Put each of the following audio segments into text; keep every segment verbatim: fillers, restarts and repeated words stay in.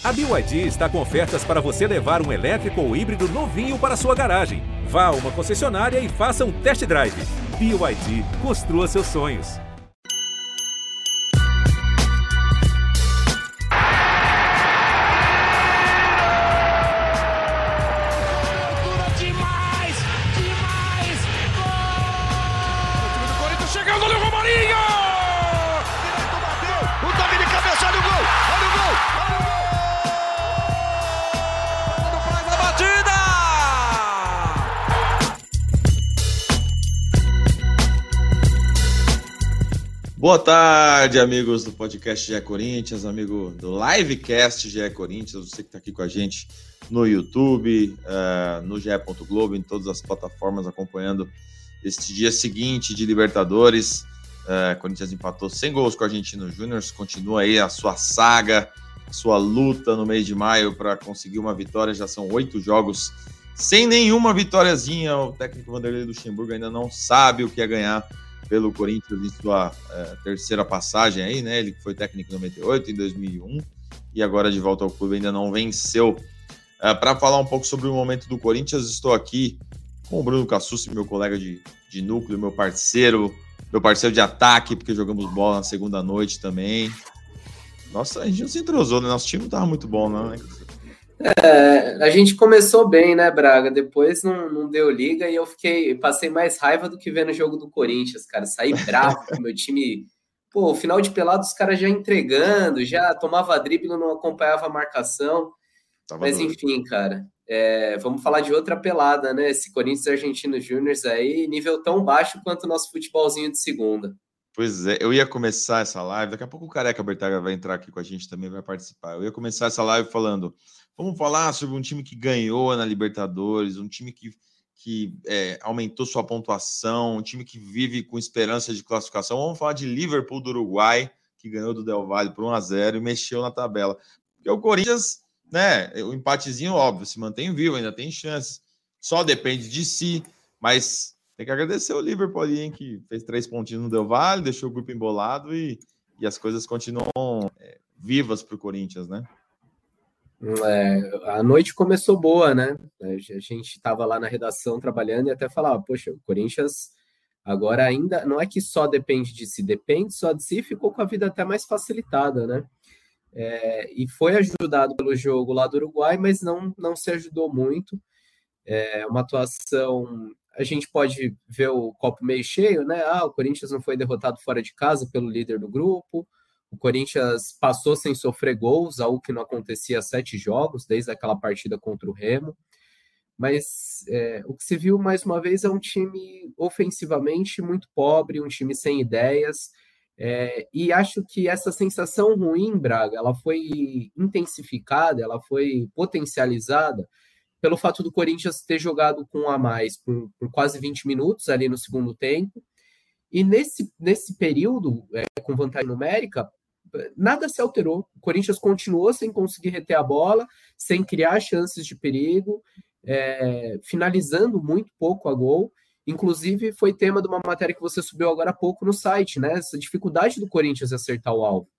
A B Y D está com ofertas para você levar um elétrico ou híbrido novinho para sua garagem. Vá a uma concessionária e faça um test drive. B Y D, construa seus sonhos. Demais! Demais! Gol! O time do Corinthians chegando, olha o Romarinho! Direito bateu, o toque de cabeça, olha o gol! Olha o gol! Olha o gol! Faz a batida! Boa tarde, amigos do podcast G E Corinthians, amigo do Livecast G E Corinthians, você que está aqui com a gente no YouTube, uh, no G E ponto Globo, em todas as plataformas, acompanhando este dia seguinte de Libertadores. Uh, Corinthians empatou sem gols com o Argentino Júnior, continua aí a sua saga, a sua luta no mês de maio para conseguir uma vitória. Já são oito jogos sem nenhuma vitóriazinha. O técnico Vanderlei Luxemburgo ainda não sabe o que é ganhar pelo Corinthians em sua uh, terceira passagem aí, né? Ele foi técnico em noventa e oito, em dois mil e um, e agora de volta ao clube ainda não venceu. Uh, para falar um pouco sobre o momento do Corinthians, estou aqui com o Bruno Cassucci, meu colega de, de núcleo, meu parceiro, meu parceiro de ataque, porque jogamos bola na segunda noite também. Nossa, a gente não se entrosou, né? Nosso time não estava muito bom, não, né? É, a gente começou bem, né, Braga? Depois não, não deu liga e eu fiquei, passei mais raiva do que vendo o jogo do Corinthians, cara. Saí bravo com o meu time. Pô, o final de pelado, os caras já entregando, já tomava drible, não acompanhava a marcação. Tava Mas doido. Enfim, cara, é, vamos falar de outra pelada, né? Esse Corinthians Argentino Júnior aí, nível tão baixo quanto o nosso futebolzinho de segunda. Pois é, eu ia começar essa live, daqui a pouco o Careca Bertaga vai entrar aqui com a gente também, vai participar. Eu ia começar essa live falando, vamos falar sobre um time que ganhou na Libertadores, um time que, que é, aumentou sua pontuação, um time que vive com esperança de classificação. Vamos falar de Liverpool do Uruguai, que ganhou do Del Valle por um a zero e mexeu na tabela. Porque o Corinthians, né, o empatezinho, óbvio, se mantém vivo, ainda tem chances. Só depende de si, mas tem que agradecer o Liverpool ali, hein, que fez três pontinhos no Del Valle, deixou o grupo embolado e, e as coisas continuam é, vivas para o Corinthians, né? É, a noite começou boa, né? A gente estava lá na redação trabalhando e até falava, poxa, o Corinthians agora ainda não é que só depende de si, depende só de si, ficou com a vida até mais facilitada, né? É, e foi ajudado pelo jogo lá do Uruguai, mas não, não se ajudou muito. É uma atuação, a gente pode ver o copo meio cheio, né? Ah, o Corinthians não foi derrotado fora de casa pelo líder do grupo. O Corinthians passou sem sofrer gols, algo que não acontecia há sete jogos, desde aquela partida contra o Remo. Mas é, o que se viu, mais uma vez, é um time ofensivamente muito pobre, um time sem ideias. É, e acho que essa sensação ruim, Braga, ela foi intensificada, ela foi potencializada pelo fato do Corinthians ter jogado com um a mais por, por quase vinte minutos ali no segundo tempo. E nesse, nesse período, é, com vantagem numérica, nada se alterou. O Corinthians continuou sem conseguir reter a bola, sem criar chances de perigo, é, finalizando muito pouco a gol. Inclusive, foi tema de uma matéria que você subiu agora há pouco no site, né? Essa dificuldade do Corinthians acertar o alvo.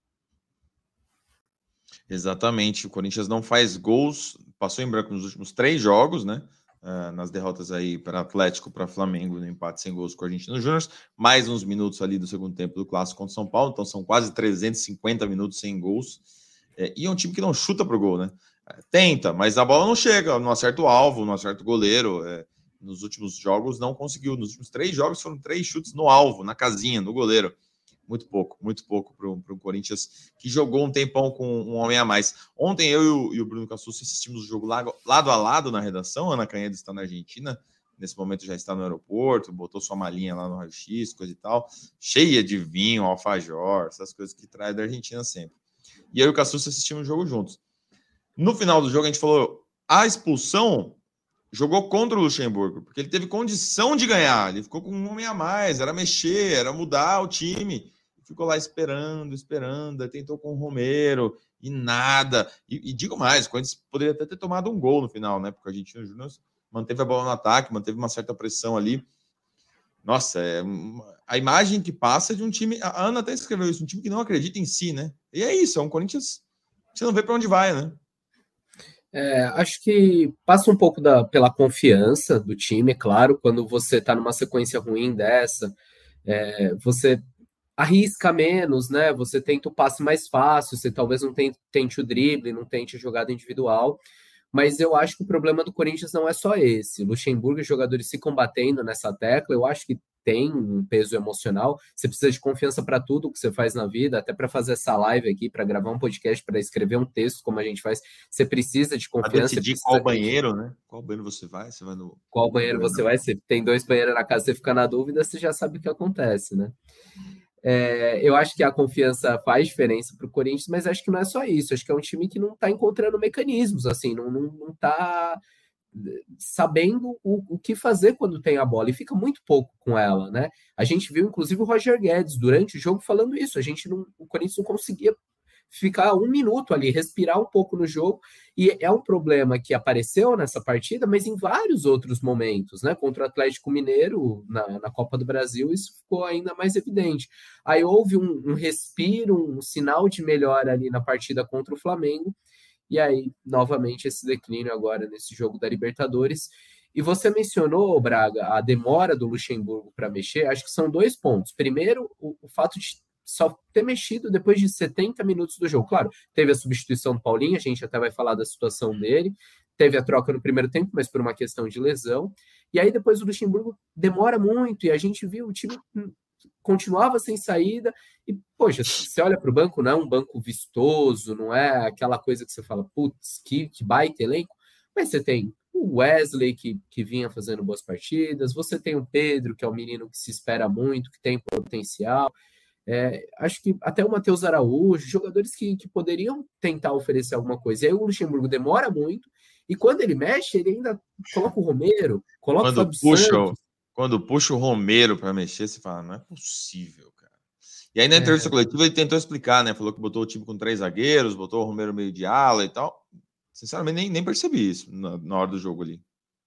Exatamente. O Corinthians não faz gols, passou em branco nos últimos três jogos, né? Uh, nas derrotas aí para Atlético, para Flamengo, no empate sem gols com o Argentino Júnior, mais uns minutos ali do segundo tempo do Clássico contra o São Paulo, então são quase trezentos e cinquenta minutos sem gols, é, e é um time que não chuta pro gol, né? É, tenta, mas a bola não chega, não acerta o alvo, não acerta o goleiro, é, nos últimos jogos não conseguiu, nos últimos três jogos foram três chutes no alvo, na casinha, no goleiro. Muito pouco, muito pouco para o Corinthians, que jogou um tempão com um homem a mais. Ontem eu e o, e o Bruno Cassucci assistimos o jogo lado, lado a lado na redação. A Ana Canheda está na Argentina, nesse momento já está no aeroporto, botou sua malinha lá no raio-x, coisa e tal, cheia de vinho, alfajor, essas coisas que traz da Argentina sempre. E eu e o Cassucci assistimos o jogo juntos. No final do jogo a gente falou, a expulsão jogou contra o Luxemburgo, porque ele teve condição de ganhar, ele ficou com um homem a mais, era mexer, era mudar o time. Ficou lá esperando, esperando, tentou com o Romero e nada. E, e digo mais, o Corinthians poderia até ter tomado um gol no final, né? Porque o Argentino Júnior manteve a bola no ataque, manteve uma certa pressão ali. Nossa, é a imagem que passa de um time... A Ana até escreveu isso, um time que não acredita em si, né? E é isso, é um Corinthians que você não vê para onde vai, né? É, acho que passa um pouco da, pela confiança do time, claro, quando você está numa sequência ruim dessa, é, você arrisca menos, né? Você tenta o passe mais fácil, você talvez não tente, tente o drible, não tente a jogada individual, mas eu acho que o problema do Corinthians não é só esse. Luxemburgo e os jogadores se combatendo nessa tecla, eu acho que tem um peso emocional. Você precisa de confiança para tudo que você faz na vida, até para fazer essa live aqui, para gravar um podcast, para escrever um texto, como a gente faz. Você precisa de confiança. Para decidir qual banheiro, né? Qual banheiro você vai? Você vai no. Qual banheiro você vai? Você tem dois banheiros na casa, você fica na dúvida, você já sabe o que acontece, né? É, eu acho que a confiança faz diferença para o Corinthians, mas acho que não é só isso. Acho que é um time que não está encontrando mecanismos, assim, não, não, não tá sabendo o, o que fazer quando tem a bola, e fica muito pouco com ela, né? A gente viu, inclusive, o Roger Guedes durante o jogo falando isso. A gente não, o Corinthians não conseguia ficar um minuto ali, respirar um pouco no jogo, e é um problema que apareceu nessa partida, mas em vários outros momentos, né? Contra o Atlético Mineiro, na, na Copa do Brasil, isso ficou ainda mais evidente. Aí houve um, um respiro, um sinal de melhora ali na partida contra o Flamengo, e aí, novamente, esse declínio agora nesse jogo da Libertadores. E você mencionou, Braga, a demora do Luxemburgo para mexer. Acho que são dois pontos. Primeiro, o, o fato de só ter mexido depois de setenta minutos do jogo. Claro, teve a substituição do Paulinho, a gente até vai falar da situação dele, teve a troca no primeiro tempo, mas por uma questão de lesão, e aí depois o Luxemburgo demora muito, e a gente viu o time continuava sem saída, e poxa, você olha para o banco, não é um banco vistoso, não é aquela coisa que você fala, putz, que, que baita elenco, mas você tem o Wesley, que, que vinha fazendo boas partidas, você tem o Pedro, que é um menino que se espera muito, que tem potencial. É, acho que até o Matheus Araújo, jogadores que, que poderiam tentar oferecer alguma coisa. E aí o Luxemburgo demora muito, e quando ele mexe, ele ainda coloca o Romero, coloca quando o Fábio puxa, Santos. Quando puxa o Romero para mexer, você fala, não é possível, cara. E aí na entrevista É. coletiva ele tentou explicar, né? Falou que botou o time com três zagueiros, botou o Romero meio de ala e tal. Sinceramente, nem, nem percebi isso na, na hora do jogo ali.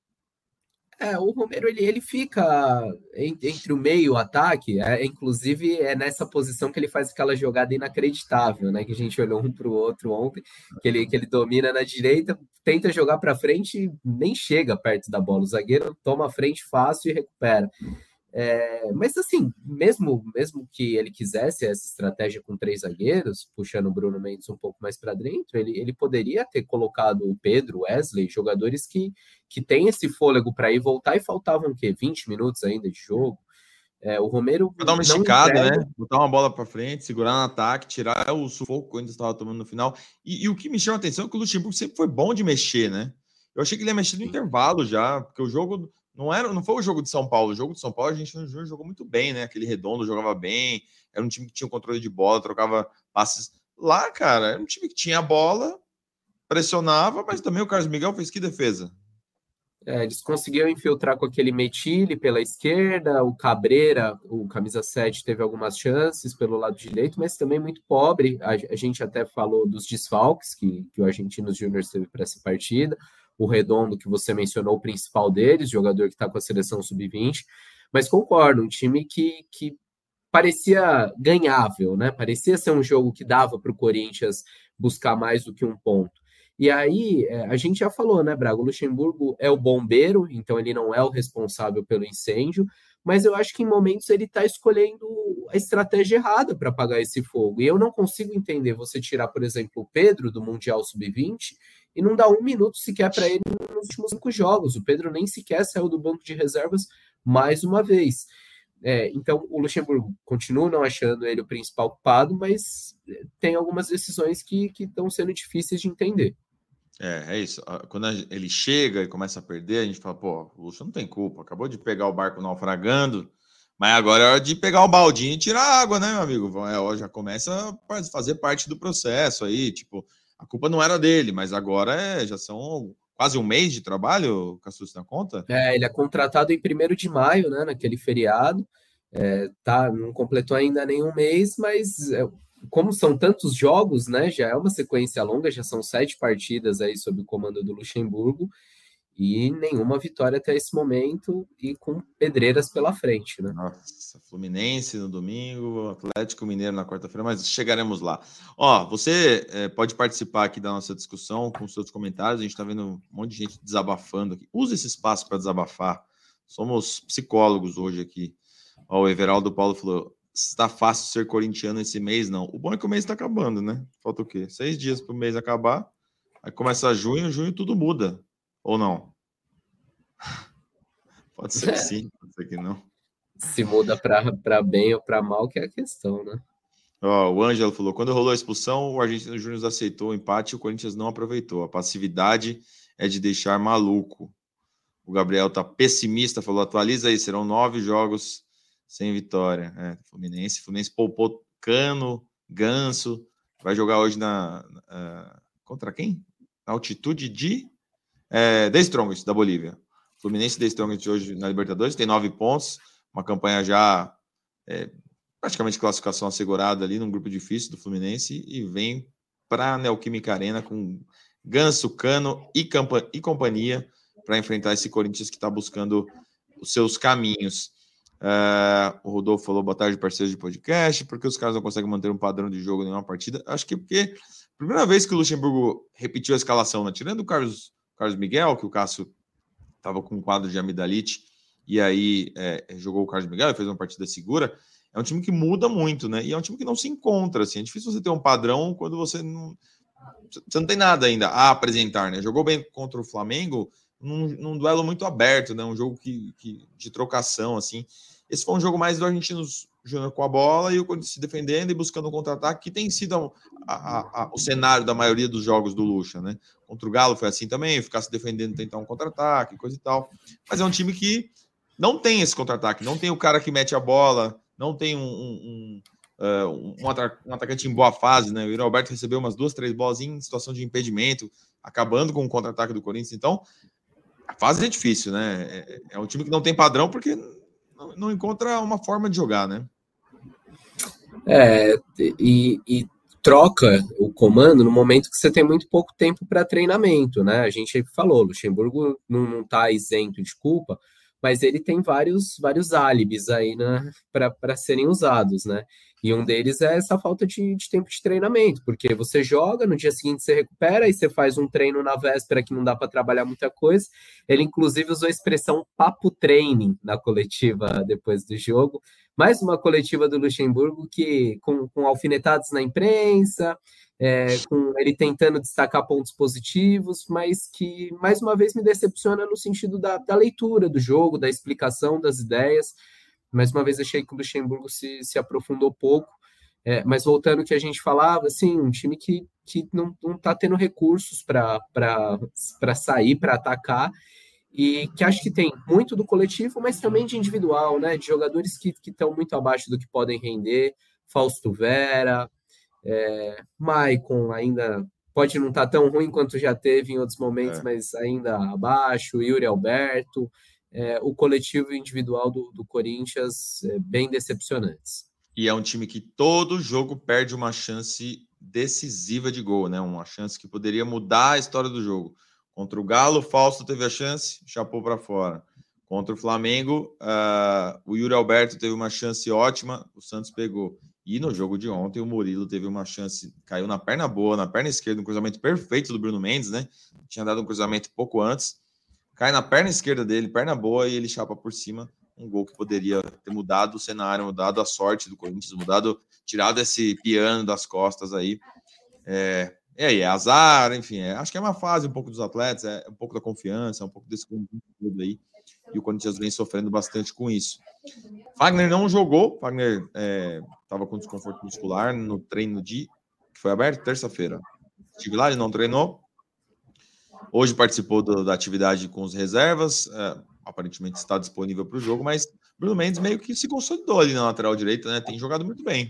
É, o Romero, ele, ele fica entre o meio e o ataque, é, inclusive é nessa posição que ele faz aquela jogada inacreditável, né, que a gente olhou um para o outro ontem, que ele, que ele domina na direita, tenta jogar para frente e nem chega perto da bola, o zagueiro toma a frente fácil e recupera. É, mas assim, mesmo, mesmo que ele quisesse essa estratégia com três zagueiros, puxando o Bruno Mendes um pouco mais para dentro, ele, ele poderia ter colocado o Pedro, Wesley, jogadores que, que têm esse fôlego para ir voltar, e faltavam o quê? vinte minutos ainda de jogo. É, o Romero Pra dar uma não esticada, entrega... né? Botar uma bola para frente, segurar no ataque, tirar o sufoco que ainda estava tomando no final. E, e o que me chama a atenção é que o Luxemburgo sempre foi bom de mexer, né? Eu achei que ele ia mexer no Sim. intervalo já, porque o jogo não era, não foi o jogo de São Paulo. O jogo de São Paulo a gente no Júnior jogou muito bem, né? Aquele redondo jogava bem, era um time que tinha o controle de bola, trocava passes. Lá, cara, era um time que tinha a bola, pressionava, mas também o Carlos Miguel fez que defesa. É, eles conseguiram infiltrar com aquele Metile pela esquerda, o Cabreira, o camisa sete, teve algumas chances pelo lado direito, mas também muito pobre. A, a gente até falou dos desfalques que, que o Argentinos Júnior teve para essa partida, o Redondo, que você mencionou, o principal deles, jogador que está com a seleção sub vinte, mas concordo, um time que, que parecia ganhável, né? Parecia ser um jogo que dava para o Corinthians buscar mais do que um ponto. E aí, a gente já falou, né, Braga? O Luxemburgo é o bombeiro, então ele não é o responsável pelo incêndio, mas eu acho que em momentos ele está escolhendo a estratégia errada para apagar esse fogo. E eu não consigo entender você tirar, por exemplo, o Pedro do Mundial sub vinte e não dar um minuto sequer para ele nos últimos cinco jogos. O Pedro nem sequer saiu do banco de reservas mais uma vez. É, então, o Luxemburgo continua não achando ele o principal culpado, mas tem algumas decisões que estão sendo difíceis de entender. É, é isso. Quando ele chega e começa a perder, a gente fala, pô, o Lúcio não tem culpa, acabou de pegar o barco naufragando, mas agora é hora de pegar o baldinho e tirar a água, né, meu amigo? É, já começa a fazer parte do processo aí, tipo, a culpa não era dele, mas agora é, já são quase um mês de trabalho, Cassus, na conta? É, ele é contratado em primeiro de maio, né, naquele feriado, é, tá, não completou ainda nenhum mês, mas... É, como são tantos jogos, né, já é uma sequência longa, já são sete partidas aí sob o comando do Luxemburgo, e nenhuma vitória até esse momento e com pedreiras pela frente, né? Nossa, Fluminense no domingo, Atlético Mineiro na quarta-feira, mas chegaremos lá. Ó, você é, pode participar aqui da nossa discussão com seus comentários, a gente está vendo um monte de gente desabafando aqui. Use esse espaço para desabafar. Somos psicólogos hoje aqui. Ó, o Everaldo Paulo falou, está fácil ser corintiano esse mês, não. O bom é que o mês está acabando, né? Falta o quê? Seis dias para o mês acabar, aí começa junho, junho tudo muda. Ou não? Pode ser que sim, pode ser que não. Se muda para bem ou para mal, que é a questão, né? Ó, o Ângelo falou, quando rolou a expulsão, o Argentino Júnior aceitou o empate e o Corinthians não aproveitou. A passividade é de deixar maluco. O Gabriel tá pessimista, falou, atualiza aí, serão nove jogos sem vitória. É, Fluminense, Fluminense poupou Cano, Ganso, vai jogar hoje na... Uh, contra quem? Na altitude de... É, The Strongest, da Bolívia. Fluminense The Strongest hoje na Libertadores, tem nove pontos, uma campanha já é, praticamente classificação assegurada ali num grupo difícil do Fluminense e vem para a Neoquímica Arena com Ganso, Cano e, campa- e companhia para enfrentar esse Corinthians que está buscando os seus caminhos. Uh, o Rodolfo falou, boa tarde, parceiros de podcast, porque os caras não conseguem manter um padrão de jogo em nenhuma partida. Acho que porque primeira vez que o Luxemburgo repetiu a escalação, né? Tirando o Carlos Carlos Miguel, que o Cássio estava com um quadro de amidalite, e aí é, jogou o Carlos Miguel e fez uma partida segura, é um time que muda muito, né? E é um time que não se encontra, assim. É difícil você ter um padrão quando você não... Você não tem nada ainda a apresentar, né? Jogou bem contra o Flamengo num, num duelo muito aberto, né? Um jogo que, que, de trocação, assim. Esse foi um jogo mais do Argentinos Júnior com a bola e o Corinthians se defendendo e buscando um contra-ataque, que tem sido a, a, a, o cenário da maioria dos jogos do Lucha, né? Contra o Galo foi assim também, ficar se defendendo, tentar um contra-ataque, coisa e tal. Mas é um time que não tem esse contra-ataque, não tem o cara que mete a bola, não tem um, um, um, um, atra- um atacante em boa fase, né? O Yuri Alberto recebeu umas duas, três bolas em situação de impedimento, acabando com o contra-ataque do Corinthians. Então, a fase é difícil, né? É, é um time que não tem padrão porque não, não encontra uma forma de jogar, né? É, e, e troca o comando no momento que você tem muito pouco tempo para treinamento, né? A gente falou, Luxemburgo não está isento de culpa, mas ele tem vários, vários álibis aí, né, para serem usados, né? E um deles é essa falta de, de tempo de treinamento, porque você joga, no dia seguinte você recupera, e você faz um treino na véspera que não dá para trabalhar muita coisa. Ele, inclusive, usou a expressão papo training na coletiva depois do jogo. Mais uma coletiva do Luxemburgo que, com, com alfinetados na imprensa, é, com ele tentando destacar pontos positivos, mas que, mais uma vez, me decepciona no sentido da, da leitura do jogo, da explicação das ideias. Mais uma vez, achei que o Luxemburgo se, se aprofundou pouco, é, mas voltando ao que a gente falava, assim, um time que, que não está tendo recursos para sair, para atacar, e que acho que tem muito do coletivo, mas também de individual, né? De jogadores que estão muito abaixo do que podem render. Fausto Vera, é, Maicon ainda pode não estar tão ruim quanto já teve em outros momentos, é. mas ainda abaixo, Yuri Alberto, é, o coletivo e individual do, do Corinthians é, bem decepcionantes. E é um time que todo jogo perde uma chance decisiva de gol, né? Uma chance que poderia mudar a história do jogo. Contra o Galo, o Fausto teve a chance, chapou para fora. Contra o Flamengo, uh, o Yuri Alberto teve uma chance ótima, o Santos pegou. E no jogo de ontem, o Murilo teve uma chance, caiu na perna boa, na perna esquerda, um cruzamento perfeito do Bruno Mendes, né? Tinha dado um cruzamento pouco antes. Cai na perna esquerda dele, perna boa, e ele chapa por cima. Um gol que poderia ter mudado o cenário, mudado a sorte do Corinthians, mudado, tirado esse piano das costas aí. É... E aí, é azar, enfim, é, acho que é uma fase um pouco dos atletas, é um pouco da confiança, é um pouco desse conjunto aí, e o Corinthians vem sofrendo bastante com isso. Fagner não jogou, Fagner estava é, com desconforto muscular no treino de, que foi aberto terça-feira. Estive lá, ele não treinou. Hoje participou do, da atividade com os reservas, é, aparentemente está disponível para o jogo, mas Bruno Mendes meio que se consolidou ali na lateral direita, né? Tem jogado muito bem.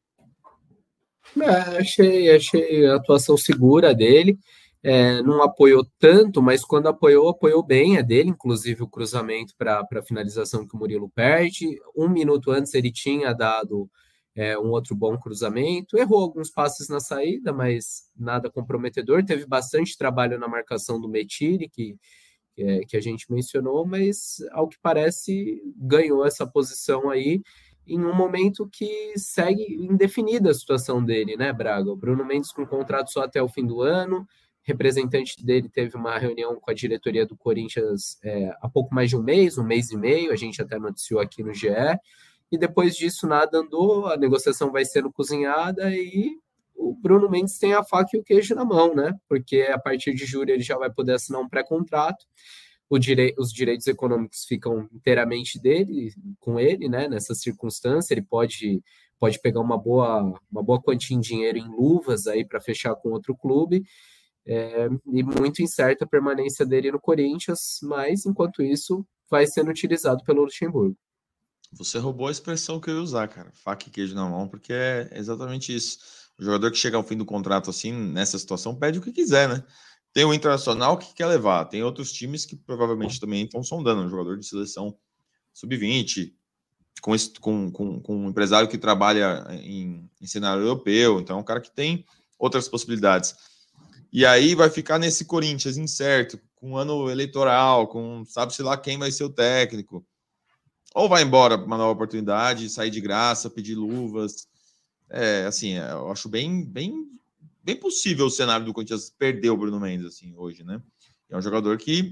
É, achei, achei a atuação segura dele, é, não apoiou tanto, mas quando apoiou, apoiou bem, é dele, inclusive o cruzamento para a finalização que o Murilo perde. Um minuto antes ele tinha dado é, um outro bom cruzamento, errou alguns passes na saída, mas nada comprometedor. Teve bastante trabalho na marcação do Metiri, que é, que a gente mencionou, mas ao que parece ganhou essa posição aí em um momento que segue indefinida a situação dele, né, Braga? O Bruno Mendes com contrato só até o fim do ano, representante dele teve uma reunião com a diretoria do Corinthians é, há pouco mais de um mês, um mês e meio, a gente até noticiou aqui no G E, e depois disso nada andou, a negociação vai sendo cozinhada e o Bruno Mendes tem a faca e o queijo na mão, né? Porque a partir de julho ele já vai poder assinar um pré-contrato, direi- os direitos econômicos ficam inteiramente dele, com ele, né? Nessa circunstância, ele pode, pode pegar uma boa, uma boa quantia em dinheiro em luvas aí para fechar com outro clube, é, e muito incerta a permanência dele no Corinthians, mas enquanto isso vai sendo utilizado pelo Luxemburgo. Você roubou a expressão que eu ia usar, cara. Faca e queijo na mão, porque é exatamente isso. O jogador que chega ao fim do contrato assim, nessa situação, pede o que quiser, né? Tem o Internacional que quer levar, tem outros times que provavelmente também estão sondando. Um jogador de seleção sub vinte, com, esse, com, com, com um empresário que trabalha em, em cenário europeu, então é um cara que tem outras possibilidades. E aí vai ficar nesse Corinthians incerto, com um ano eleitoral, com sabe-se lá quem vai ser o técnico. Ou vai embora para uma nova oportunidade, sair de graça, pedir luvas. É, assim, eu acho bem, bem, bem possível o cenário do Corinthians perder o Bruno Mendes, assim, hoje, né? É um jogador que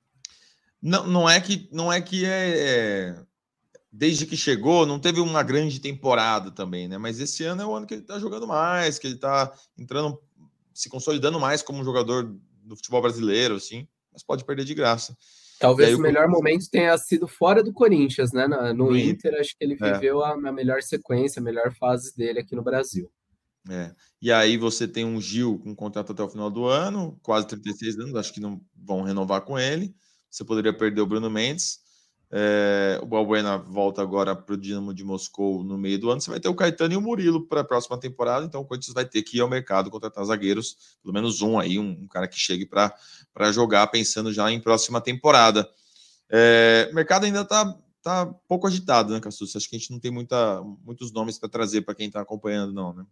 não, não é que não é que é, é desde que chegou, não teve uma grande temporada também, né? Mas esse ano é o ano que ele tá jogando mais, que ele tá entrando, se consolidando mais como um jogador do futebol brasileiro, assim, mas pode perder de graça. Talvez aí, o o melhor Corinthians... momento tenha sido fora do Corinthians, né? No, no Inter, Inter, acho que ele é. viveu a, a melhor sequência, a melhor fase dele aqui no Brasil. É. E aí você tem um Gil com contrato até o final do ano, quase trinta e seis anos, acho que não vão renovar com ele. Você poderia perder o Bruno Mendes. É, o Balbuena volta agora para o Dinamo de Moscou no meio do ano. Você vai ter o Caetano e o Murilo para a próxima temporada, então o Corinthians vai ter que ir ao mercado contratar zagueiros, pelo menos um aí, um, um cara que chegue para jogar, pensando já em próxima temporada. É, o mercado ainda está tá pouco agitado, né, Cassus? Acho que a gente não tem muita, muitos nomes para trazer para quem está acompanhando, não, né?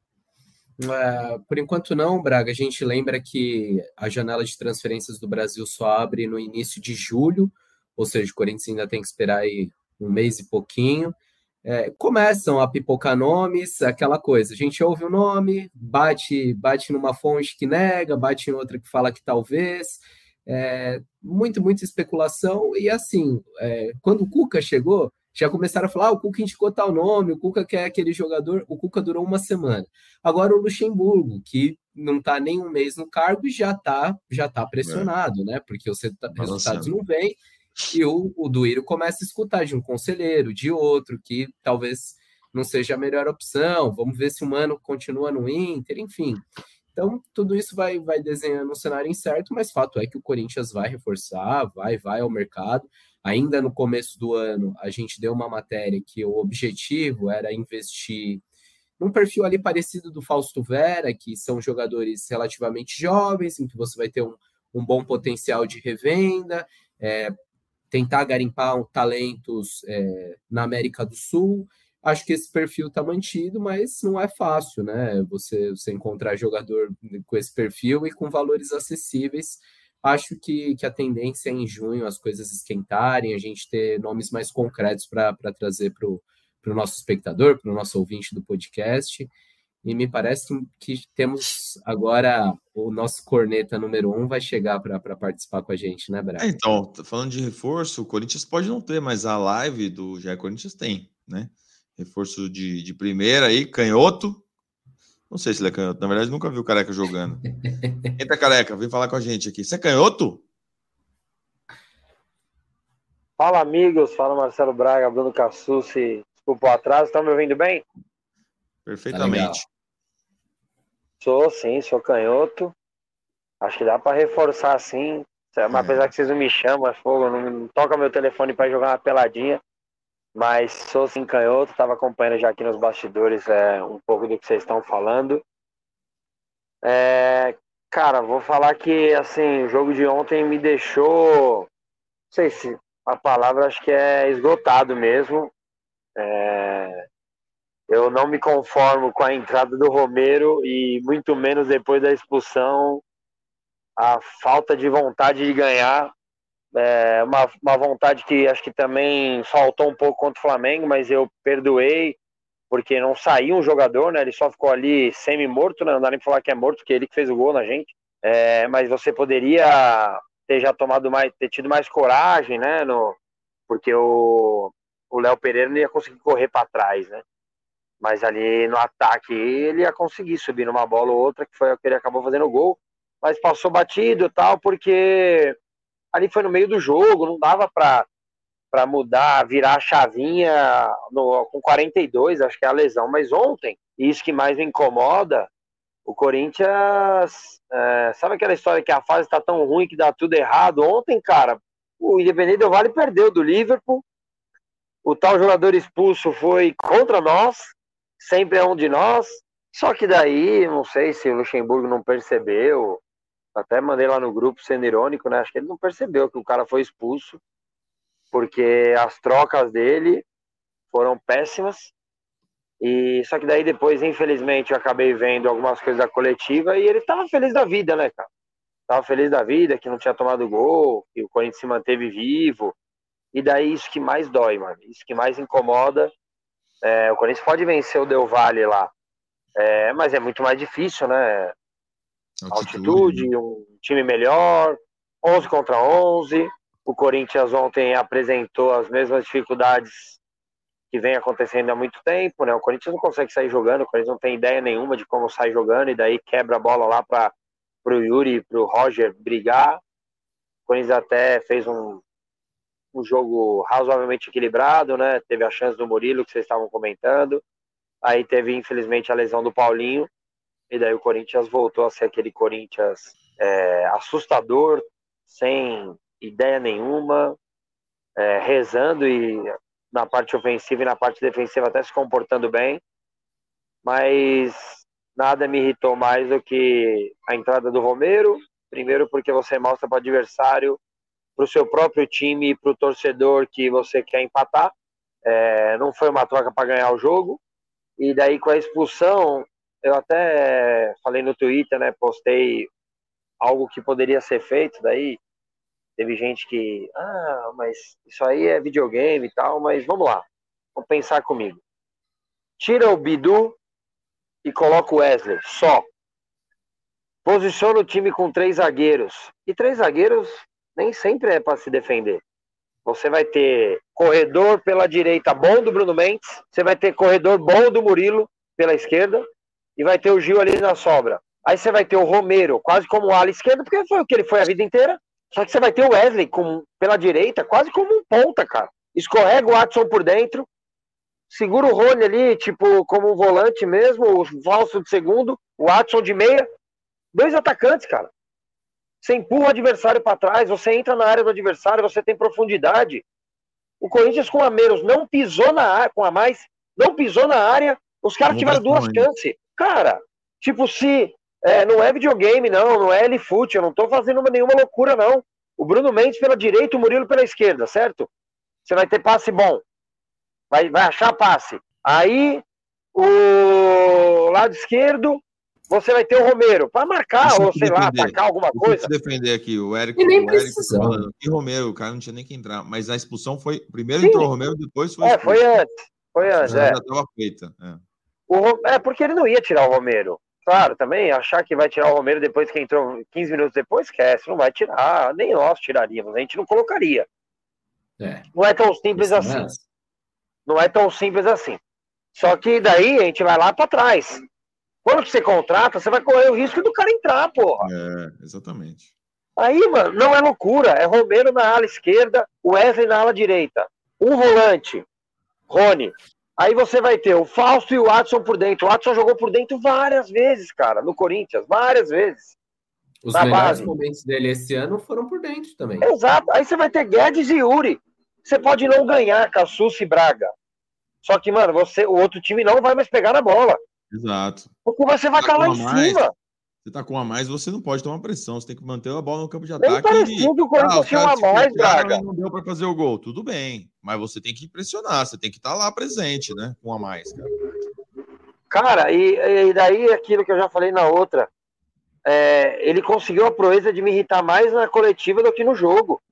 É, por enquanto não, Braga. A gente lembra que a janela de transferências do Brasil só abre no início de julho, ou seja, o Corinthians ainda tem que esperar aí um mês e pouquinho. É, começam a pipocar nomes, aquela coisa. A gente ouve o nome, bate, bate numa fonte que nega, bate em outra que fala que talvez. É, muito, muita especulação. E assim, é, quando o Cuca chegou, já começaram a falar, ah, o Cuca indicou tal nome, o Cuca quer aquele jogador. O Cuca durou uma semana. Agora o Luxemburgo, que não está nem um mês no cargo, já está já tá pressionado, é. né? Porque os resultados não vêm. E o, o Duírio começa a escutar de um conselheiro, de outro, que talvez não seja a melhor opção. Vamos ver se o Mano continua no Inter, enfim. Então, tudo isso vai, vai desenhando um cenário incerto, mas fato é que o Corinthians vai reforçar, vai, vai ao mercado. Ainda no começo do ano, a gente deu uma matéria que o objetivo era investir num perfil ali parecido do Fausto Vera, que são jogadores relativamente jovens, em que você vai ter um, um bom potencial de revenda, é, tentar garimpar talentos é, na América do Sul. Acho que esse perfil está mantido, mas não é fácil, né? Você, você encontrar jogador com esse perfil e com valores acessíveis. Acho que, que a tendência é em junho as coisas esquentarem, a gente ter nomes mais concretos para trazer para o nosso espectador, para o nosso ouvinte do podcast. E me parece que, que temos agora o nosso corneta número um vai chegar para participar com a gente, né, Braga? É, então, falando de reforço, o Corinthians pode não ter, mas a live do G E Corinthians tem, né? Reforço de, de primeira aí, canhoto. Não sei se ele é canhoto, na verdade nunca vi o Careca jogando. Eita, Careca, vem falar com a gente aqui. Você é canhoto? Fala, amigos. Fala, Marcelo Braga, Bruno Cassucci. Desculpa o atraso, estão me ouvindo bem? Perfeitamente. Tá, sou, sim, sou canhoto. Acho que dá para reforçar, sim. Mas é. Apesar que vocês não me chamam, é fogo, não, não toca meu telefone para jogar uma peladinha. Mas sou, sim, canhoto. Estava acompanhando já aqui nos bastidores é, um pouco do que vocês estão falando. É, cara, vou falar que, assim, o jogo de ontem me deixou... Não sei se a palavra, acho que é esgotado mesmo. É... Eu não me conformo com a entrada do Romero e muito menos depois da expulsão, a falta de vontade de ganhar É uma, uma vontade que acho que também faltou um pouco contra o Flamengo, mas eu perdoei, porque não saiu um jogador, né? Ele só ficou ali semi-morto, né? Não dá nem pra falar que é morto, porque ele que fez o gol na gente. É, mas você poderia ter já tomado mais, ter tido mais coragem, né? No, porque o o Léo Pereira não ia conseguir correr para trás, né? Mas ali no ataque ele ia conseguir subir numa bola ou outra, que foi o que ele acabou fazendo o gol. Mas passou batido e tal, porque ali foi no meio do jogo, não dava para para mudar, virar a chavinha no, com quarenta e dois, acho que é a lesão. Mas ontem, e isso que mais me incomoda, o Corinthians, é, sabe aquela história que a fase está tão ruim que dá tudo errado? Ontem, cara, o Independente Del Valle perdeu do Liverpool, o tal jogador expulso foi contra nós, sempre é um de nós, só que daí, não sei se o Luxemburgo não percebeu, até mandei lá no grupo sendo irônico, né? Acho que ele não percebeu que o cara foi expulso, porque as trocas dele foram péssimas. E só que daí depois, infelizmente, eu acabei vendo algumas coisas da coletiva e ele tava feliz da vida, né, cara? Tava feliz da vida, que não tinha tomado gol, que o Corinthians se manteve vivo. E daí isso que mais dói, mano. Isso que mais incomoda. É, o Corinthians pode vencer o Del Valle lá, é, mas é muito mais difícil, né? Altitude, Altitude, um time melhor, onze contra onze. O Corinthians ontem apresentou as mesmas dificuldades que vem acontecendo há muito tempo, né? O Corinthians não consegue sair jogando, o Corinthians não tem ideia nenhuma de como sair jogando, e daí quebra a bola lá para o Yuri e para o Roger brigar. O Corinthians até fez um, um jogo razoavelmente equilibrado, né? Teve a chance do Murilo, que vocês estavam comentando. Aí teve, infelizmente, a lesão do Paulinho, e daí o Corinthians voltou a ser aquele Corinthians é, assustador, sem ideia nenhuma, é, rezando e na parte ofensiva e na parte defensiva até se comportando bem, mas nada me irritou mais do que a entrada do Romero, primeiro porque você mostra para o adversário, para o seu próprio time e para o torcedor que você quer empatar, é, não foi uma troca para ganhar o jogo, e daí com a expulsão, eu até falei no Twitter, né, postei algo que poderia ser feito, daí teve gente que, ah, mas isso aí é videogame e tal, mas vamos lá, vamos pensar comigo. Tira o Bidu e coloca o Wesley, só. Posiciona o time com três zagueiros. E três zagueiros nem sempre é para se defender. Você vai ter corredor pela direita bom do Bruno Mendes, você vai ter corredor bom do Murilo pela esquerda, e vai ter o Gil ali na sobra. Aí você vai ter o Romero quase como ala esquerda, porque foi o que ele foi a vida inteira. Só que você vai ter o Wesley com, pela direita, quase como um ponta, cara. Escorrega o Watson por dentro, segura o Rony ali, tipo, como um volante mesmo, o falso de segundo, o Watson de meia. Dois atacantes, cara. Você empurra o adversário para trás, você entra na área do adversário, você tem profundidade. O Corinthians com a menos não pisou na área, com a mais, não pisou na área, os caras tiveram duas chances. Cara, tipo, se... É, não é videogame, não, não é L-Foot, eu não tô fazendo uma, nenhuma loucura, não. O Bruno Mendes pela direita, o Murilo pela esquerda, certo? Você vai ter passe bom. Vai, vai achar passe. Aí, o lado esquerdo, você vai ter o Romero, para marcar, Deixa ou sei defender. lá, atacar alguma Deixa coisa. Deixa eu defender aqui, o Eric, e nem o Eric falando que Romero, o cara não tinha nem que entrar, mas a expulsão foi, primeiro Sim. entrou o Romero, depois foi expulso. É, foi antes, foi antes, já é. Já estava feita. É. O, é, porque ele não ia tirar o Romero. Claro, também achar que vai tirar o Romero depois que entrou quinze minutos depois, esquece, não vai tirar, nem nós tiraríamos, a gente não colocaria. É. Não é tão simples Isso assim. É. Não é tão simples assim. Só que daí a gente vai lá para trás. Quando você contrata, você vai correr o risco do cara entrar, porra. É, exatamente. Aí, mano, não é loucura, é Romero na ala esquerda, Wesley na ala direita. Um volante, Rony. Aí você vai ter o Fausto e o Watson por dentro. O Watson jogou por dentro várias vezes, cara, no Corinthians. Várias vezes. Os melhores base. momentos dele esse ano foram por dentro também. Exato. Aí você vai ter Guedes e Yuri. Você pode não ganhar com a Sussa e Braga. Só que, mano, você, o outro time não vai mais pegar na bola. Exato. Porque você vai estar lá em mais, cima. Você tá com a mais, você não pode tomar pressão. Você tem que manter a bola no campo de Nem ataque. parecia que o Corinthians tinha uma mais, Braga. Não deu para fazer o gol. Tudo bem. Mas você tem que pressionar. Você tem que estar lá presente, né? Com a mais, cara. Cara, e, e daí aquilo que eu já falei na outra. É, ele conseguiu a proeza de me irritar mais na coletiva do que no jogo.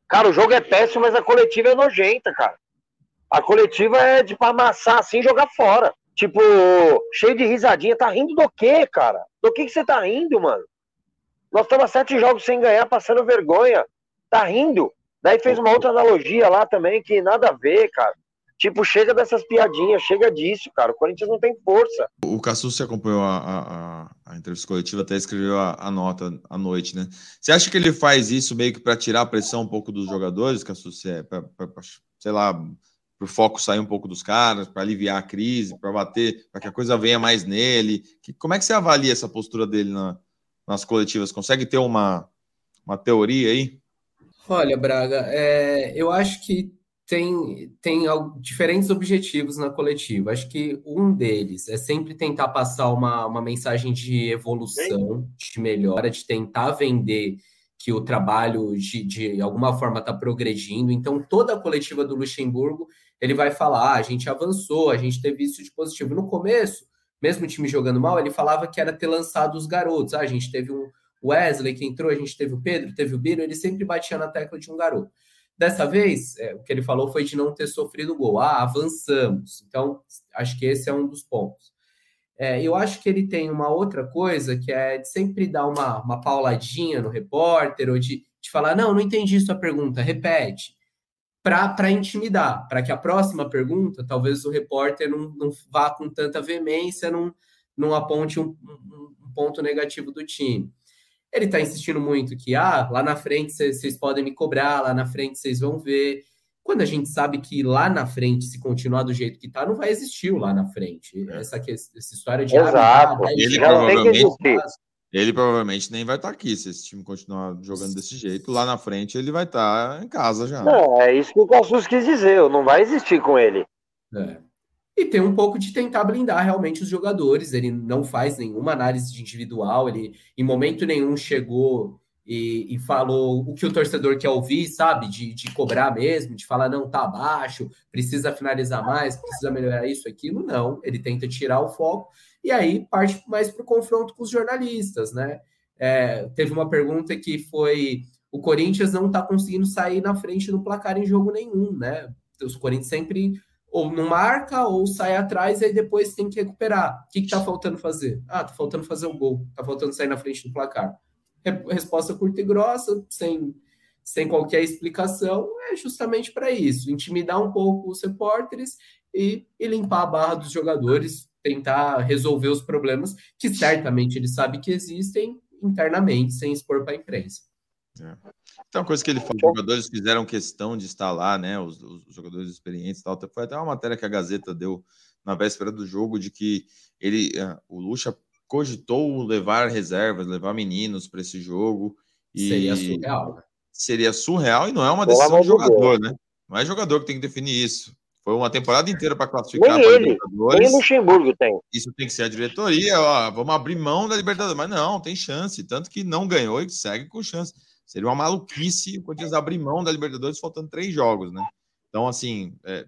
Cara, o jogo é péssimo, mas a coletiva é nojenta, cara. A coletiva é de pra amassar assim e jogar fora. Tipo, cheio de risadinha. Tá rindo do quê, cara? Do que, que você tá rindo, mano? Nós estamos sete jogos sem ganhar, passando vergonha. Tá rindo. Daí fez uma outra analogia lá também, que nada a ver, cara. Tipo, chega dessas piadinhas, chega disso, cara. O Corinthians não tem força. O Cassus, você acompanhou a, a, a entrevista coletiva, até escreveu a, a nota à noite, né? Você acha que ele faz isso meio que para tirar a pressão um pouco dos jogadores, Cassus? É, pra, pra, pra, sei lá, para o foco sair um pouco dos caras, para aliviar a crise, para bater, para que a coisa venha mais nele? Que, como é que você avalia essa postura dele na, nas coletivas? Consegue ter uma, uma teoria aí? Olha, Braga, é, eu acho que tem, tem al- diferentes objetivos na coletiva. Acho que um deles é sempre tentar passar uma, uma mensagem de evolução, de melhora, de tentar vender que o trabalho de, de alguma forma está progredindo. Então, toda a coletiva do Luxemburgo, ele vai falar, ah, a gente avançou, a gente teve isso de positivo. No começo, mesmo o time jogando mal, ele falava que era ter lançado os garotos. Ah, a gente teve um Wesley que entrou, a gente teve o Pedro, teve o Biro, ele sempre batia na tecla de um garoto. Dessa vez, é, o que ele falou foi de não ter sofrido gol. Ah, avançamos. Então, acho que esse é um dos pontos. É, eu acho que ele tem uma outra coisa, que é de sempre dar uma, uma pauladinha no repórter, ou de, de falar, não, não entendi sua pergunta, repete, para intimidar, para que a próxima pergunta, talvez o repórter não, não vá com tanta veemência, não, não aponte um, um, um ponto negativo do time. Ele está insistindo muito que, ah, lá na frente vocês podem me cobrar, lá na frente vocês vão ver. Quando a gente sabe que lá na frente, se continuar do jeito que está, não vai existir o lá na frente. Essa, essa história de... Exato. Ah, ele, provavelmente, ele provavelmente nem vai estar aqui se esse time continuar jogando desse jeito. Lá na frente ele vai estar em casa já. Não, é isso que o Cassus quis dizer. Não vai existir com ele. É. E tem um pouco de tentar blindar realmente os jogadores. Ele não faz nenhuma análise de individual. Ele, em momento nenhum, chegou e, e falou o que o torcedor quer ouvir, sabe? De, de cobrar mesmo, de falar, não, tá abaixo, precisa finalizar mais, precisa melhorar isso, aquilo. Não, ele tenta tirar o foco e aí parte mais para o confronto com os jornalistas, né? É, teve uma pergunta que foi: o Corinthians não tá conseguindo sair na frente no placar em jogo nenhum, né? Os Corinthians sempre... ou não marca, ou sai atrás, e aí depois tem que recuperar. O que, que tá faltando fazer? Ah, tá faltando fazer o gol. Tá faltando sair na frente do placar. Resposta curta e grossa, sem, sem qualquer explicação, é justamente para isso. Intimidar um pouco os repórteres e, e limpar a barra dos jogadores, tentar resolver os problemas que certamente ele sabe que existem internamente, sem expor para a imprensa. É. Então, uma coisa que ele falou, os jogadores fizeram questão de estar lá, né? Os, os jogadores experientes e tal. Foi até uma matéria que a Gazeta deu na véspera do jogo, de que ele, o Lucha cogitou levar reservas, levar meninos para esse jogo. E seria surreal. Seria surreal e não é uma decisão de jogador, né? Não é jogador que tem que definir isso. Foi uma temporada inteira para classificar para Libertadores. Nem Luxemburgo tem. Isso tem que ser a diretoria. Ó, vamos abrir mão da Libertadores. Mas não, tem chance. Tanto que não ganhou e segue com chance. Seria uma maluquice o Corinthians abrir mão da Libertadores faltando três jogos, né? Então, assim, é,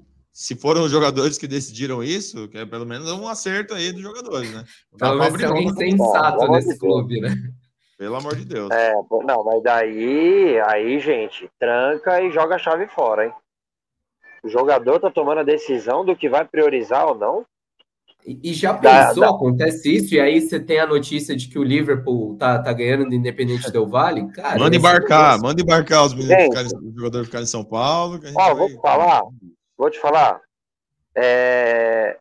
se foram os jogadores que decidiram isso, que é pelo menos um acerto aí dos jogadores, né? Pelo menos tem alguém sensato bom, nesse clube, né? Pelo amor de Deus. É, não, mas daí, aí, gente, tranca e joga a chave fora, hein? O jogador tá tomando a decisão do que vai priorizar ou não. E já pensou, da, da... acontece isso, e aí você tem a notícia de que o Liverpool tá, tá ganhando do Independente Del Valle? Cara, manda embarcar, manda embarcar os meninos ficarem, os jogadores ficarem em São Paulo. Que a gente ó, vai... vou te falar, vou te falar. É...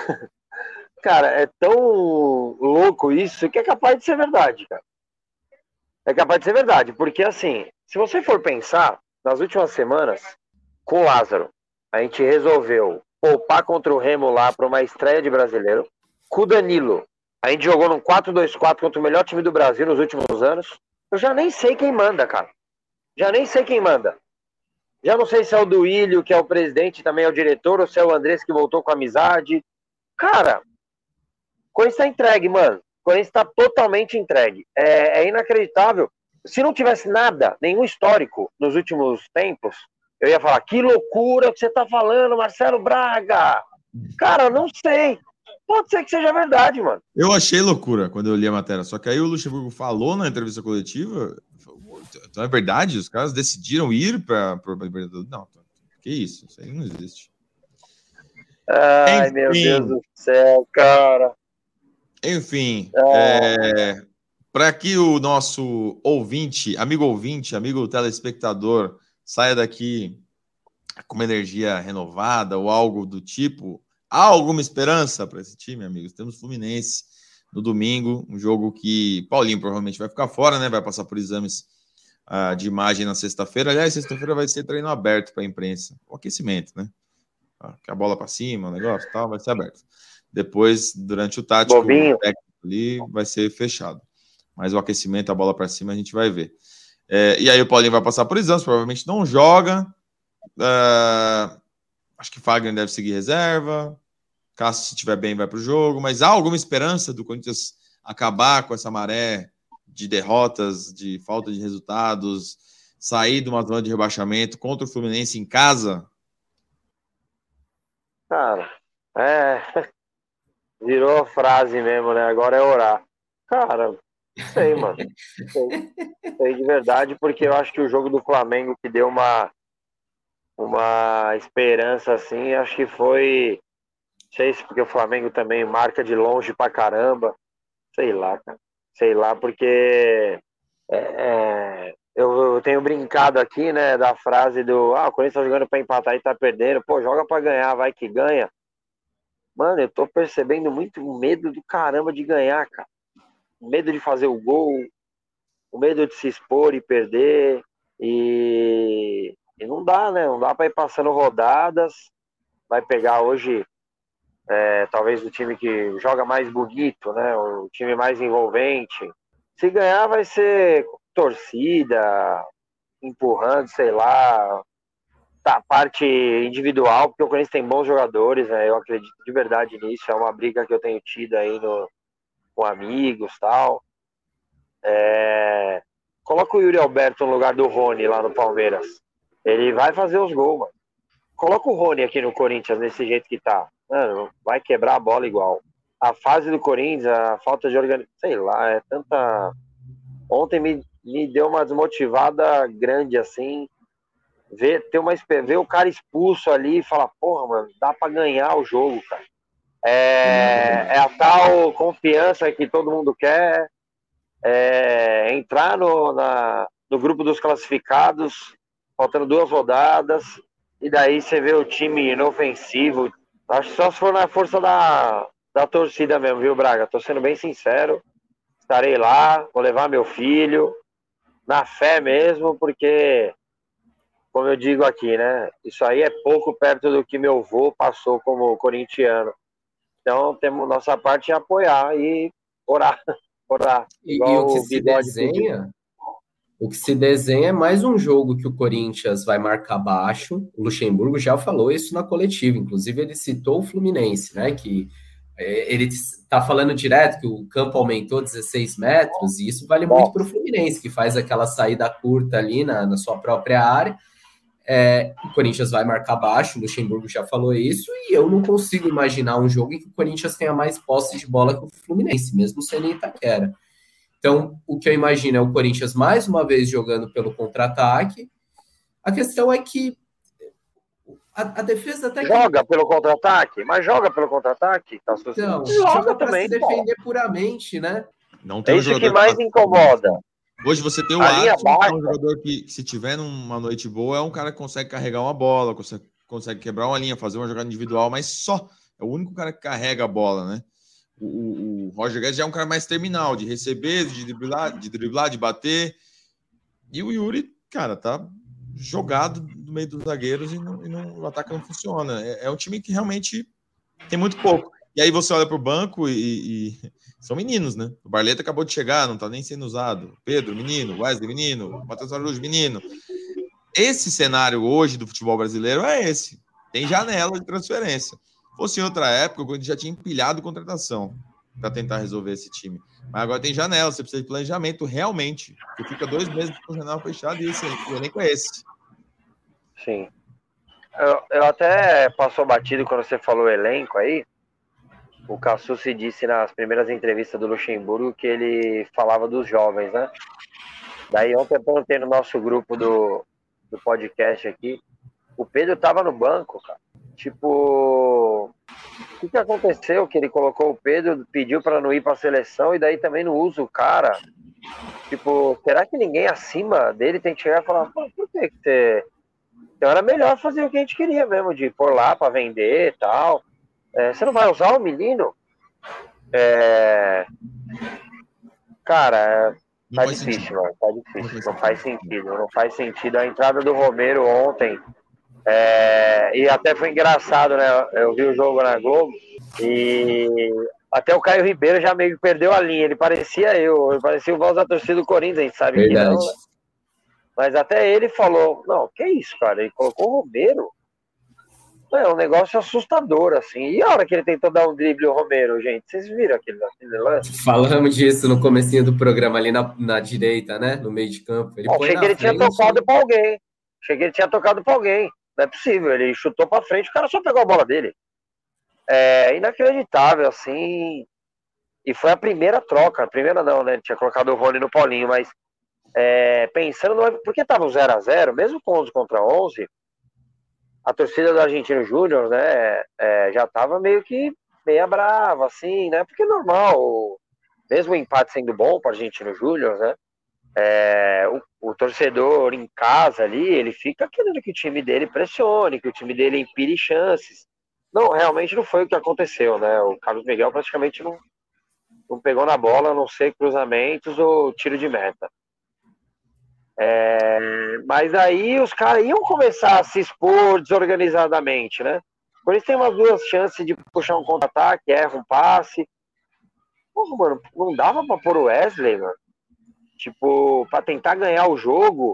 cara, é tão louco isso que é capaz de ser verdade, cara. É capaz de ser verdade, porque assim, se você for pensar, nas últimas semanas, com o Lázaro, a gente resolveu poupar contra o Remo lá para uma estreia de brasileiro. Com o Danilo, a gente jogou num quatro dois quatro contra o melhor time do Brasil nos últimos anos. Eu já nem sei quem manda, cara. Já nem sei quem manda. Já não sei se é o Duílio, que é o presidente, também é o diretor, ou se é o Andrés que voltou com a amizade. Cara, o Corinthians tá entregue, mano. O Corinthians tá totalmente entregue. É, é inacreditável. Se não tivesse nada, nenhum histórico nos últimos tempos, eu ia falar, que loucura que você tá falando, Marcelo Braga. Cara, não sei. Pode ser que seja verdade, mano. Eu achei loucura quando eu li a matéria. Só que aí o Luxemburgo falou na entrevista coletiva, então é verdade? Os caras decidiram ir para o Libertadores? Não, que isso? Isso aí não existe. Ai, Enfim, meu Deus do céu, cara. Enfim, É. é, para que o nosso ouvinte, amigo ouvinte, amigo telespectador, saia daqui com uma energia renovada ou algo do tipo, há alguma esperança para esse time, amigos? Temos Fluminense no domingo, um jogo que Paulinho provavelmente vai ficar fora, né? Vai passar por exames uh, de imagem na sexta-feira. Aliás, sexta-feira vai ser treino aberto para a imprensa, o aquecimento, né? Que a bola para cima, o negócio tal, vai ser aberto. Depois, durante o tático, Bobinho. o técnico ali vai ser fechado. Mas o aquecimento, a bola para cima, a gente vai ver. É, e aí o Paulinho vai passar por exames, provavelmente não joga. Uh, acho que Fagner deve seguir reserva. Cássio, se estiver bem, vai para o jogo. Mas há alguma esperança do Corinthians acabar com essa maré de derrotas, de falta de resultados, sair de uma zona de rebaixamento contra o Fluminense em casa? Cara, é... virou frase mesmo, né? Agora é orar. Cara, não sei, mano. Não sei. Não sei de verdade, porque eu acho que o jogo do Flamengo que deu uma, uma esperança assim, acho que foi... Não sei se porque o Flamengo também marca de longe pra caramba. Sei lá, cara. Sei lá, porque é, é, eu, eu tenho brincado aqui, né, da frase do ah, o Corinthians tá jogando pra empatar e tá perdendo. Pô, joga pra ganhar, vai que ganha. Mano, eu tô percebendo muito medo do caramba de ganhar, cara. Medo de fazer o gol, o medo de se expor e perder. E, e não dá, né? Não dá pra ir passando rodadas. Vai pegar hoje... É, talvez o time que joga mais bonito, né? O time mais envolvente. Se ganhar, vai ser torcida, empurrando, sei lá, tá, parte individual, porque o Corinthians tem bons jogadores, né? Eu acredito de verdade nisso. É uma briga que eu tenho tido aí no, com amigos e tal. É, coloca o Yuri Alberto no lugar do Rony lá no Palmeiras. Ele vai fazer os gols, mano. Coloca o Rony aqui no Corinthians desse jeito que tá. Mano, vai quebrar a bola igual. A fase do Corinthians, a falta de organização, sei lá, é tanta... Ontem me, me deu uma desmotivada grande, assim. Ver, ter uma, ver o cara expulso ali e falar, porra, mano, dá pra ganhar o jogo, cara. É, é a tal confiança que todo mundo quer. É, entrar no, na, no grupo dos classificados, faltando duas rodadas, e daí você vê o time inofensivo. Acho que só se for na força da, da torcida mesmo, viu, Braga? Tô sendo bem sincero. Estarei lá, vou levar meu filho, na fé mesmo, porque, como eu digo aqui, né? Isso aí é pouco perto do que meu avô passou como corintiano. Então, temos nossa parte é apoiar e orar. orar e, e o que se desenha... O que se desenha é mais um jogo que o Corinthians vai marcar baixo. O Luxemburgo já falou isso na coletiva. Inclusive, ele citou o Fluminense, né? Que é, ele está falando direto que o campo aumentou dezesseis metros, e isso vale muito para o Fluminense, que faz aquela saída curta ali na, na sua própria área. É, o Corinthians vai marcar baixo, o Luxemburgo já falou isso, e eu não consigo imaginar um jogo em que o Corinthians tenha mais posse de bola que o Fluminense, mesmo sendo em Itaquera. Então, o que eu imagino é o Corinthians mais uma vez jogando pelo contra-ataque. A questão é que a, a defesa até joga que... pelo contra-ataque, mas joga pelo contra-ataque. Tá então, joga, joga para se defender pô. puramente, né? Não tem é um isso que mais que... incomoda. Hoje você tem o Alisson, que é um jogador que, se tiver numa noite boa, é um cara que consegue carregar uma bola, consegue, consegue quebrar uma linha, fazer uma jogada individual, mas só. É o único cara que carrega a bola, né? O, o Roger Guedes já é um cara mais terminal, de receber, de driblar, de driblar, de bater. E o Yuri, cara, tá jogado no meio dos zagueiros e, não, e não, o ataque não funciona. É, é um time que realmente tem muito pouco. E aí você olha pro banco e, e são meninos, né? O Barleta acabou de chegar, não tá nem sendo usado. Pedro, menino. Wesley, menino. Matheus Araújo, menino. Esse cenário hoje do futebol brasileiro é esse. Tem janela de transferência. Fosse em outra época, o Corinthians já tinha empilhado contratação para tentar resolver esse time. Mas agora tem janela, você precisa de planejamento realmente. Você fica dois meses com o janela fechado e esse elenco é esse. Sim. Eu, eu até passou batido quando você falou elenco aí. O Cassucci disse nas primeiras entrevistas do Luxemburgo que ele falava dos jovens, né? Daí ontem eu perguntei no nosso grupo do, do podcast aqui, o Pedro tava no banco, cara. Tipo, o que, que aconteceu? Que ele colocou o Pedro, pediu para não ir para a seleção e daí também não usa o cara. Tipo, será que ninguém acima dele tem que chegar e falar, pô, por que que você... Então era melhor fazer o que a gente queria mesmo, de pôr lá para vender e tal. É, você não vai usar o menino? É... Cara, tá difícil, mano, tá difícil. Não faz sentido, não faz sentido. A entrada do Romero ontem, é... e até foi engraçado, né? Eu vi o jogo na Globo e até o Caio Ribeiro já meio que perdeu a linha. Ele parecia eu, ele parecia o voz da torcida do Corinthians, a gente sabe Verdade. que não, né? Mas até ele falou, não, que isso, cara? Ele colocou o Romero. É um negócio assustador, assim. E a hora que ele tentou dar um drible o Romero, gente? Vocês viram aquele, aquele lance? Falamos disso no comecinho do programa, ali na, na direita, né? No meio de campo. Ele Ó, põe achei na que ele frente, tinha tocado pra alguém. Achei que ele tinha tocado pra alguém. Não é possível. Ele chutou pra frente, o cara só pegou a bola dele. É inacreditável, assim. E foi a primeira troca. A primeira não, né? Ele tinha colocado o Rony no Paulinho, mas é, pensando no... Porque tava um zero a zero, mesmo com onze contra onze, a torcida do Argentino Júnior, né, é, já tava meio que meia brava, assim, né? Porque é normal, mesmo o empate sendo bom para o Argentino Júnior, né? É, o, o torcedor em casa ali, ele fica querendo que o time dele pressione, que o time dele empire chances. Não, realmente não foi o que aconteceu, né? O Carlos Miguel praticamente não, não pegou na bola, a não ser cruzamentos ou tiro de meta. É, mas aí os caras iam começar a se expor desorganizadamente, né? Por isso tem umas duas chances de puxar um contra-ataque, erra um passe. Porra, mano, não dava pra pôr o Wesley, mano. Tipo, pra tentar ganhar o jogo,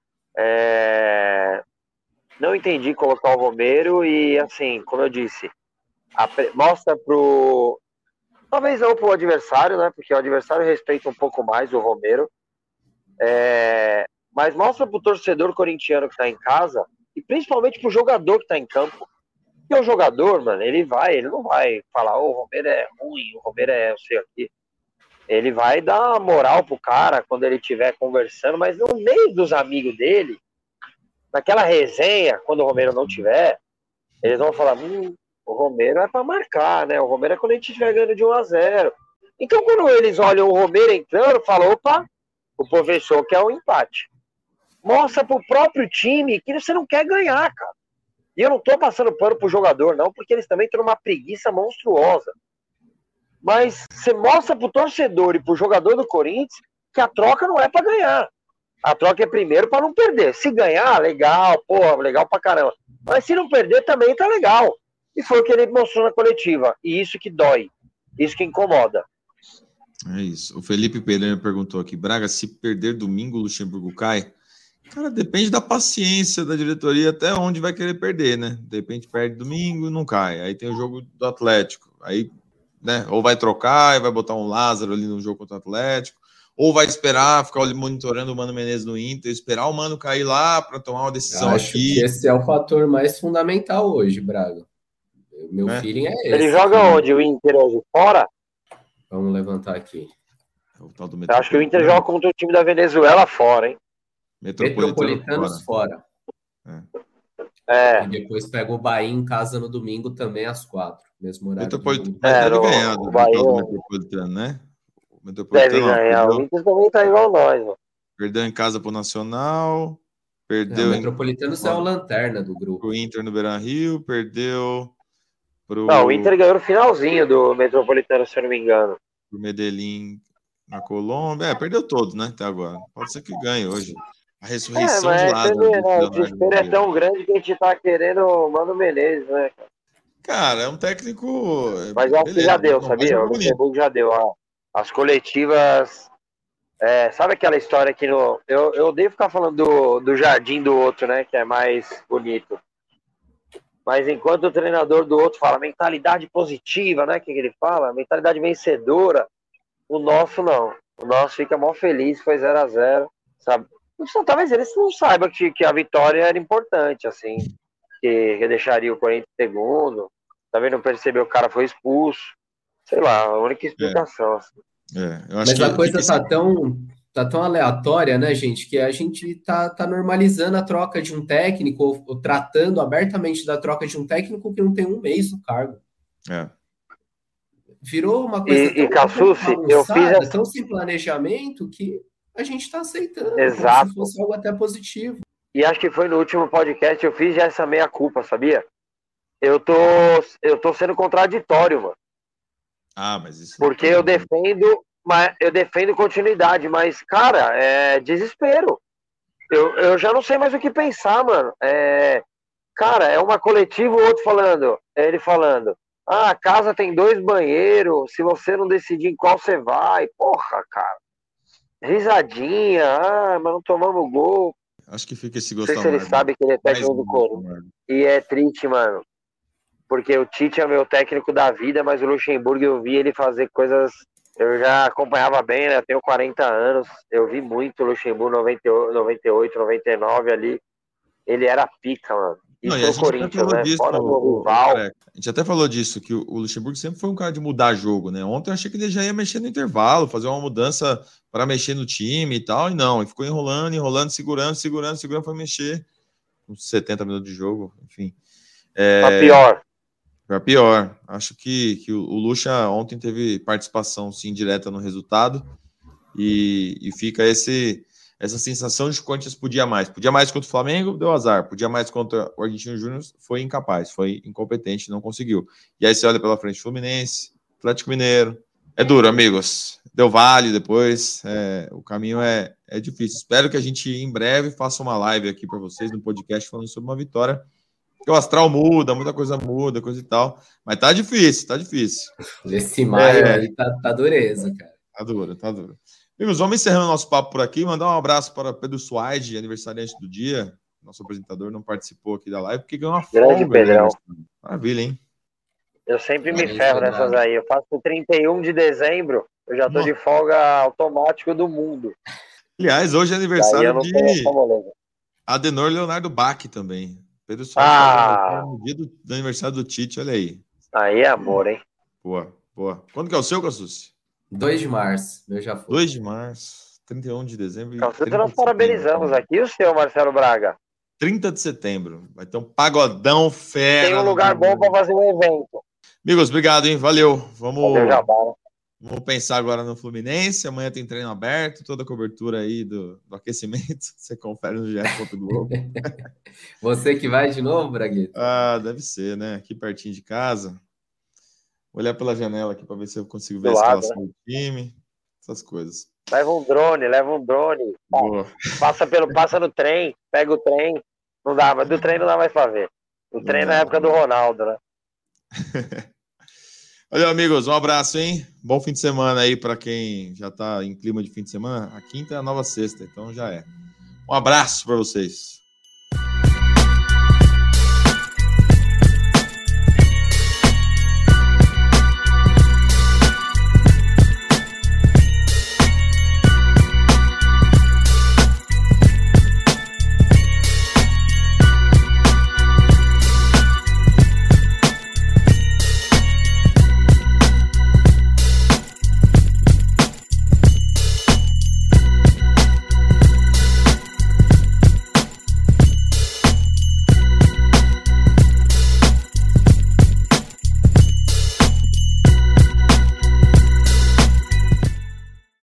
é... não entendi colocar o Romero e, assim, como eu disse, a... mostra pro... Talvez não pro adversário, né? Porque o adversário respeita um pouco mais o Romero. É... Mas mostra pro torcedor corintiano que tá em casa e principalmente pro jogador que tá em campo. Porque o jogador, mano, ele vai, ele não vai falar, oh, o Romero é ruim, o Romero é não sei o quê. Ele vai dar uma moral pro cara quando ele estiver conversando, mas no meio dos amigos dele, naquela resenha, quando o Romero não tiver, eles vão falar, hum, o Romero é pra marcar, né? O Romero é quando a gente estiver ganhando de um a zero. Então quando eles olham o Romero entrando, falam, opa, o professor quer um empate. Mostra pro próprio time que você não quer ganhar, cara. E eu não tô passando pano pro jogador, não, porque eles também têm uma preguiça monstruosa. Mas você mostra pro torcedor e pro jogador do Corinthians que a troca não é pra ganhar. A troca é primeiro pra não perder. Se ganhar, legal, porra, legal pra caramba. Mas se não perder, também tá legal. E foi o que ele mostrou na coletiva. E isso que dói. Isso que incomoda. É isso. O Felipe Pereira perguntou aqui, Braga, se perder domingo, o Luxemburgo cai? Cara, depende da paciência da diretoria até onde vai querer perder, né? De repente perde domingo, não cai. Aí tem o jogo do Atlético. Aí, né? Ou vai trocar e vai botar um Lázaro ali no jogo contra o Atlético. Ou vai esperar, ficar monitorando o Mano Menezes no Inter, esperar o Mano cair lá para tomar uma decisão. Eu acho aqui. que esse é o fator mais fundamental hoje, Braga. Meu é. feeling é esse. Ele joga que... onde? O Inter hoje? Fora? Vamos levantar aqui. Eu acho que o Inter joga contra o time da Venezuela fora, hein? Metropolitano Metropolitanos fora. fora. É. E depois pega o Bahia em casa no domingo também às quatro. Mesmo horário. Metropolitano é, deve ganhar do, Bahia... do Metropolitano, né? O Metropolitano, deve ganhar. Perdeu... O Inter também tá igual nós, mano. Perdeu em casa pro Nacional. Perdeu. Não, o Metropolitano em... é o lanterna do grupo. O Inter no Beira-Rio, perdeu. Pro... Não, o Inter ganhou no finalzinho do Metropolitano, se eu não me engano. O Medellín na Colômbia. É, perdeu todos, né? Até agora. Pode ser que ganhe hoje. A ressurreição é, de Lázaro. Vê, né, o desespero é tão grande que a gente tá querendo o Mano Menezes, né, cara? Cara, é um técnico. Mas eu acho que já deu, sabia? O Luxemburgo já deu. Ó. As coletivas. É, sabe aquela história que no. Eu, eu odeio ficar falando do, do jardim do outro, né? Que é mais bonito. Mas enquanto o treinador do outro fala mentalidade positiva, né? O que, que ele fala? Mentalidade vencedora. O nosso não. O nosso fica mó feliz, foi zero a zero, sabe? Então, talvez eles não saibam que, que a vitória era importante, assim, que, que deixaria o Corinthians segundo, também não percebeu que o cara foi expulso, sei lá, a única explicação. É. Assim. É, eu acho Mas que, a coisa que tá tão, tá tão aleatória, né, gente, que a gente tá, tá normalizando a troca de um técnico, ou, ou tratando abertamente da troca de um técnico que não tem um mês no cargo. É. Virou uma coisa E, tão, e Cassucci, tão eu fiz essa... tão sem planejamento, que a gente está aceitando, Exato. como se fosse algo até positivo. E acho que foi no último podcast eu fiz essa meia-culpa, sabia? Eu tô, eu tô sendo contraditório, mano. Ah, mas isso... Porque eu defendo, mas eu defendo continuidade, mas, cara, é desespero. Eu, eu já não sei mais o que pensar, mano. É, cara, é uma coletiva, o outro falando, ele falando, ah, a casa tem dois banheiros, se você não decidir em qual você vai, porra, cara. Risadinha, ah, mas não tomamos gol. Acho que fica esse Não gosto sei se ele amargo. sabe que ele é técnico Mais do um Corinthians. amargo. E é triste, mano. Porque o Tite é meu técnico da vida, mas o Luxemburgo eu vi ele fazer coisas... Eu já acompanhava bem, né? Eu tenho quarenta anos. Eu vi muito o Luxemburgo noventa e oito, noventa e nove ali. Ele era pica, mano. Não, Isso e a no gente até Corinthians, falou né? disso, Fora o- do o- o rival. Careca. A gente até falou disso, que o o Luxemburgo sempre foi um cara de mudar jogo, né? Ontem eu achei que ele já ia mexer no intervalo, fazer uma mudança para mexer no time e tal, e não, ele ficou enrolando, enrolando, segurando, segurando, segurando, foi mexer uns setenta minutos de jogo, enfim. Tá É, pior. Pra pior. Acho que, que o o Lucha ontem teve participação, sim, direta no resultado, e, e fica esse, essa sensação de que o Corinthians podia mais. Podia mais contra o Flamengo, deu azar. Podia mais contra o Argentino Júnior, foi incapaz, foi incompetente, não conseguiu. E aí você olha pela frente, Fluminense, Atlético Mineiro. É duro, amigos. Deu Vale depois. É, o caminho é, é difícil. Espero que a gente, em breve, faça uma live aqui para vocês, no podcast, falando sobre uma vitória. Porque o astral muda, muita coisa muda, coisa e tal. Mas tá difícil, tá difícil. Esse maio É. aí tá, tá dureza, cara. Tá duro, tá duro. Amigos, vamos encerrando nosso papo por aqui. Mandar um abraço para Pedro Suaide, aniversariante do dia. Nosso apresentador não participou aqui da live porque ganhou uma Grande folga. Pedrão. Né? Maravilha, hein? Eu sempre me Valeu, ferro Fernando. nessas aí. Eu faço trinta e um de dezembro, eu já tô Nossa. de folga automático do mundo. Aliás, hoje é Daí eu aniversário não de tenho essa moleza. Adenor Leonardo Bach também. Pedro Suaide Ah. faz aniversário no dia do, do aniversário do Tite, olha aí. Aí é amor, hein? Boa, boa. Quando que é o seu, Cassucci? dois de março, meu já foi. dois de março, trinta e um de dezembro e Então, trinta nós de parabenizamos setembro. aqui o seu Marcelo Braga. trinta de setembro. Vai ter um pagodão fera. Tem um no lugar Rio. bom para fazer um evento. Amigos, obrigado, hein? Valeu. Vamos, Valeu, Jabá. vamos pensar agora no Fluminense. Amanhã tem treino aberto, toda a cobertura aí do, do aquecimento. Você confere no G E ponto Globo. Você que vai de novo, Bragueta? Ah, deve ser, né? Aqui pertinho de casa. Vou olhar pela janela aqui para ver se eu consigo ver Do a lado, escalação do time. Essas coisas. Leva um drone, leva um drone. Boa. Passa, pelo, passa no trem, pega o trem. Não dá, mas do trem não dá mais para ver. O Não trem dá, na época não do dá. Ronaldo, né? Valeu, amigos. Um abraço, hein? Bom fim de semana aí para quem já está em clima de fim de semana. A quinta é a nova sexta, então já é. Um abraço para vocês.